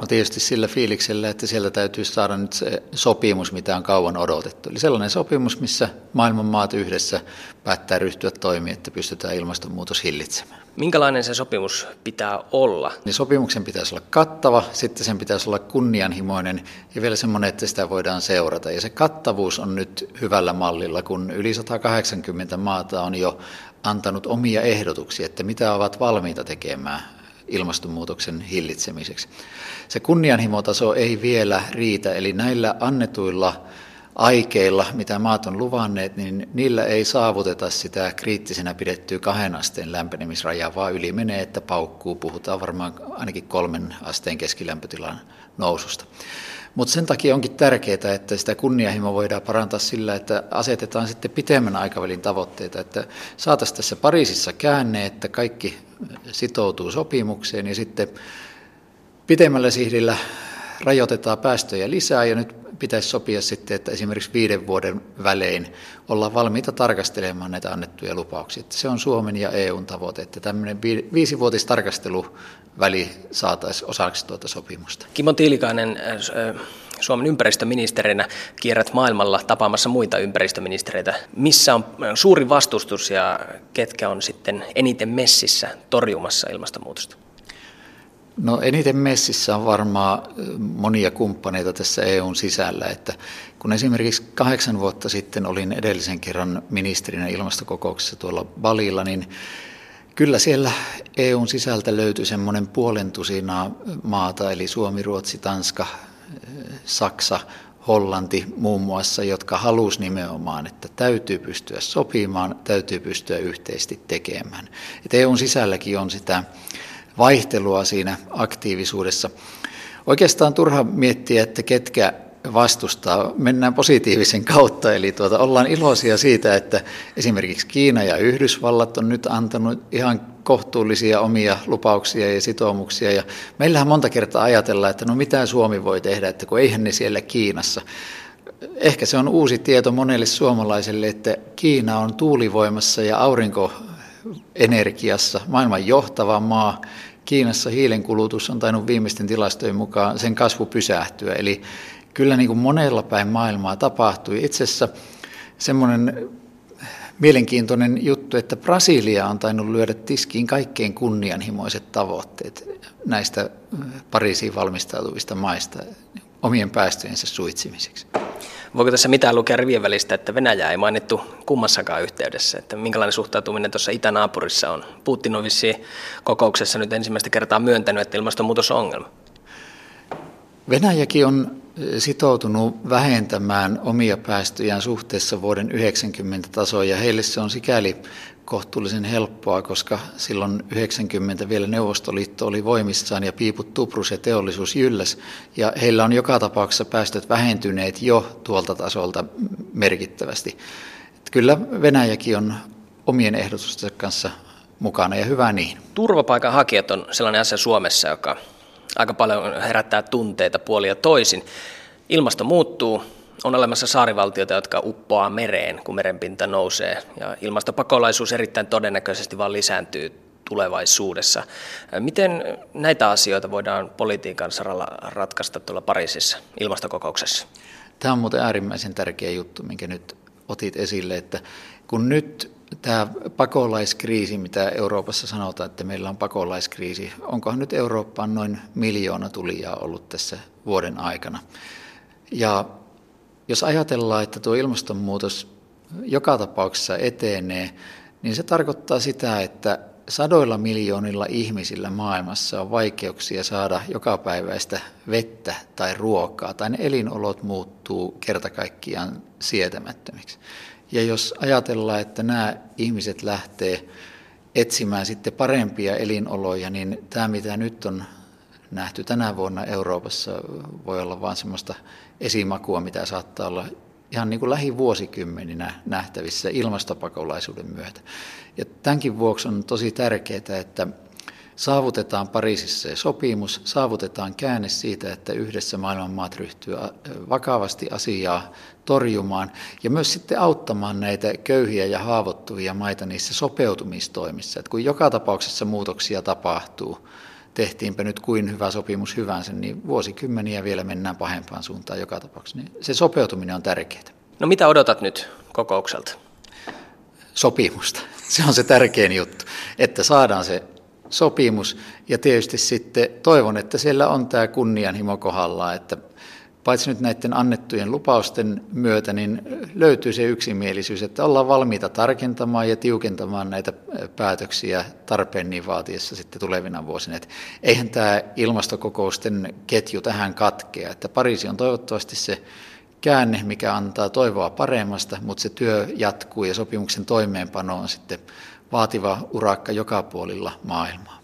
No tietysti sillä fiiliksellä, että sieltä täytyy saada nyt se sopimus, mitä on kauan odotettu. Eli sellainen sopimus, missä maailman maat yhdessä päättää ryhtyä toimiin, että pystytään ilmastonmuutos hillitsemään. Minkälainen se sopimus pitää olla? Niin sopimuksen pitäisi olla kattava, sitten sen pitäisi olla kunnianhimoinen ja vielä semmoinen, että sitä voidaan seurata. Ja se kattavuus on nyt hyvällä mallilla, kun yli 180 maata on jo antanut omia ehdotuksia, että mitä ovat valmiita tekemään ilmastonmuutoksen hillitsemiseksi. Se kunnianhimotaso ei vielä riitä, eli näillä annetuilla aikeilla, mitä maat on luvanneet, niin niillä ei saavuteta sitä kriittisenä pidettyä 2 asteen lämpenemisrajaa, vaan yli menee, että paukkuu. Puhutaan varmaan ainakin 3 asteen keskilämpötilan noususta. Mutta sen takia onkin tärkeää, että sitä kunnianhimoa voidaan parantaa sillä, että asetetaan sitten pitemmän aikavälin tavoitteita, että saataisiin tässä Pariisissa käänne, että kaikki sitoutuu sopimukseen ja sitten pitemmällä sihdillä rajoitetaan päästöjä lisää ja nyt pitäisi sopia sitten, että esimerkiksi 5 vuoden välein ollaan valmiita tarkastelemaan näitä annettuja lupauksia. Että se on Suomen ja EUn tavoite, että tämmöinen 5-vuotistarkasteluväli saataisiin osaksi tuota sopimusta. Kimmo Tiilikainen, Suomen ympäristöministerinä kierrät maailmalla tapaamassa muita ympäristöministereitä. Missä on suuri vastustus ja ketkä on sitten eniten messissä torjumassa ilmastonmuutosta? No eniten messissä on varmaan monia kumppaneita tässä EUn sisällä, että kun esimerkiksi 8 vuotta sitten olin edellisen kerran ministerinä ilmastokokouksessa tuolla Balilla, niin kyllä siellä EUn sisältä löytyi semmoinen 50 maata, eli Suomi, Ruotsi, Tanska, Saksa, Hollanti muun muassa, jotka halusi nimenomaan, että täytyy pystyä sopimaan, täytyy pystyä yhteisesti tekemään. Et EUn sisälläkin on sitä vaihtelua siinä aktiivisuudessa. Oikeastaan turha miettiä, että ketkä vastustaa. Mennään positiivisen kautta, eli ollaan iloisia siitä, että esimerkiksi Kiina ja Yhdysvallat on nyt antanut ihan kohtuullisia omia lupauksia ja sitoumuksia. Ja meillähän monta kertaa ajatellaan, että no mitä Suomi voi tehdä, että kun eihän ne siellä Kiinassa. Ehkä se on uusi tieto monelle suomalaiselle, että Kiina on tuulivoimassa ja aurinkoenergiassa maailman johtava maa. Kiinassa hiilen kulutus on tainnut viimeisten tilastojen mukaan sen kasvu pysähtyä. Eli kyllä niin kuin monella päin maailmaa tapahtui. Itse asiassa semmoinen mielenkiintoinen juttu, että Brasilia on tainnut lyödä tiskiin kaikkein kunnianhimoiset tavoitteet näistä Pariisiin valmistautuvista maista omien päästöjensä suitsimiseksi. Voiko tässä mitään lukea rivien välistä, että Venäjä ei mainittu kummassakaan yhteydessä, että minkälainen suhtautuminen tuossa itänaapurissa on? Putin on vissiin kokouksessa nyt ensimmäistä kertaa myöntänyt, että ilmastonmuutos on ongelma. Venäjäkin on sitoutunut vähentämään omia päästöjään suhteessa vuoden 90 tasoon, ja heille se on sikäli kohtuullisen helppoa, koska silloin 90 vielä Neuvostoliitto oli voimissaan ja piiput tuprus ja teollisuus jylläs, ja heillä on joka tapauksessa päästöt vähentyneet jo tuolta tasolta merkittävästi. Että kyllä Venäjäkin on omien ehdotustensa kanssa mukana, ja hyvä niin. Turvapaikanhakijat on sellainen asia Suomessa, joka aika paljon herättää tunteita puolin ja toisin. Ilmasto muuttuu, on olemassa saarivaltioita, jotka uppoaa mereen, kun merenpinta nousee, ja ilmastopakolaisuus erittäin todennäköisesti vaan lisääntyy tulevaisuudessa. Miten näitä asioita voidaan politiikan saralla ratkaista tuolla Pariisissa ilmastokokouksessa? Tämä on muuten äärimmäisen tärkeä juttu, minkä nyt otit esille, että kun nyt tämä pakolaiskriisi, mitä Euroopassa sanotaan, että meillä on pakolaiskriisi, onkohan nyt Eurooppaan noin 1 miljoona tulijaa ollut tässä vuoden aikana. Ja jos ajatellaan, että tuo ilmastonmuutos joka tapauksessa etenee, niin se tarkoittaa sitä, että 100 miljoonilla ihmisillä maailmassa on vaikeuksia saada jokapäiväistä vettä tai ruokaa, tai ne elinolot muuttuu kerta kaikkiaan sietämättömiksi. Ja jos ajatellaan, että nämä ihmiset lähtee etsimään sitten parempia elinoloja, niin tämä mitä nyt on nähty tänä vuonna Euroopassa voi olla vain semmoista esimakua, mitä saattaa olla ihan niin kuin lähivuosikymmeninä nähtävissä ilmastopakolaisuuden myötä. Ja tämänkin vuoksi on tosi tärkeää, että saavutetaan Pariisissa se sopimus, saavutetaan käänne siitä, että yhdessä maailman maat ryhtyy vakavasti asiaa torjumaan ja myös sitten auttamaan näitä köyhiä ja haavoittuvia maita niissä sopeutumistoimissa. Että kun joka tapauksessa muutoksia tapahtuu, tehtiinpä nyt kuin hyvä sopimus hyvänsä, niin vuosikymmeniä vielä mennään pahempaan suuntaan joka tapauksessa. Niin se sopeutuminen on tärkeää. No mitä odotat nyt kokoukselta? Sopimusta. Se on se tärkein juttu, että saadaan se sopimus ja tietysti sitten toivon, että siellä on tämä kunnianhimo kohdallaan, että paitsi nyt näiden annettujen lupausten myötä, niin löytyy se yksimielisyys, että ollaan valmiita tarkentamaan ja tiukentamaan näitä päätöksiä tarpeen niin vaatiessa sitten tulevina vuosina. Että eihän tämä ilmastokokousten ketju tähän katkea, että Pariisi on toivottavasti se käänne, mikä antaa toivoa paremmasta, mutta se työ jatkuu ja sopimuksen toimeenpano on sitten vaativa urakka joka puolilla maailmaa.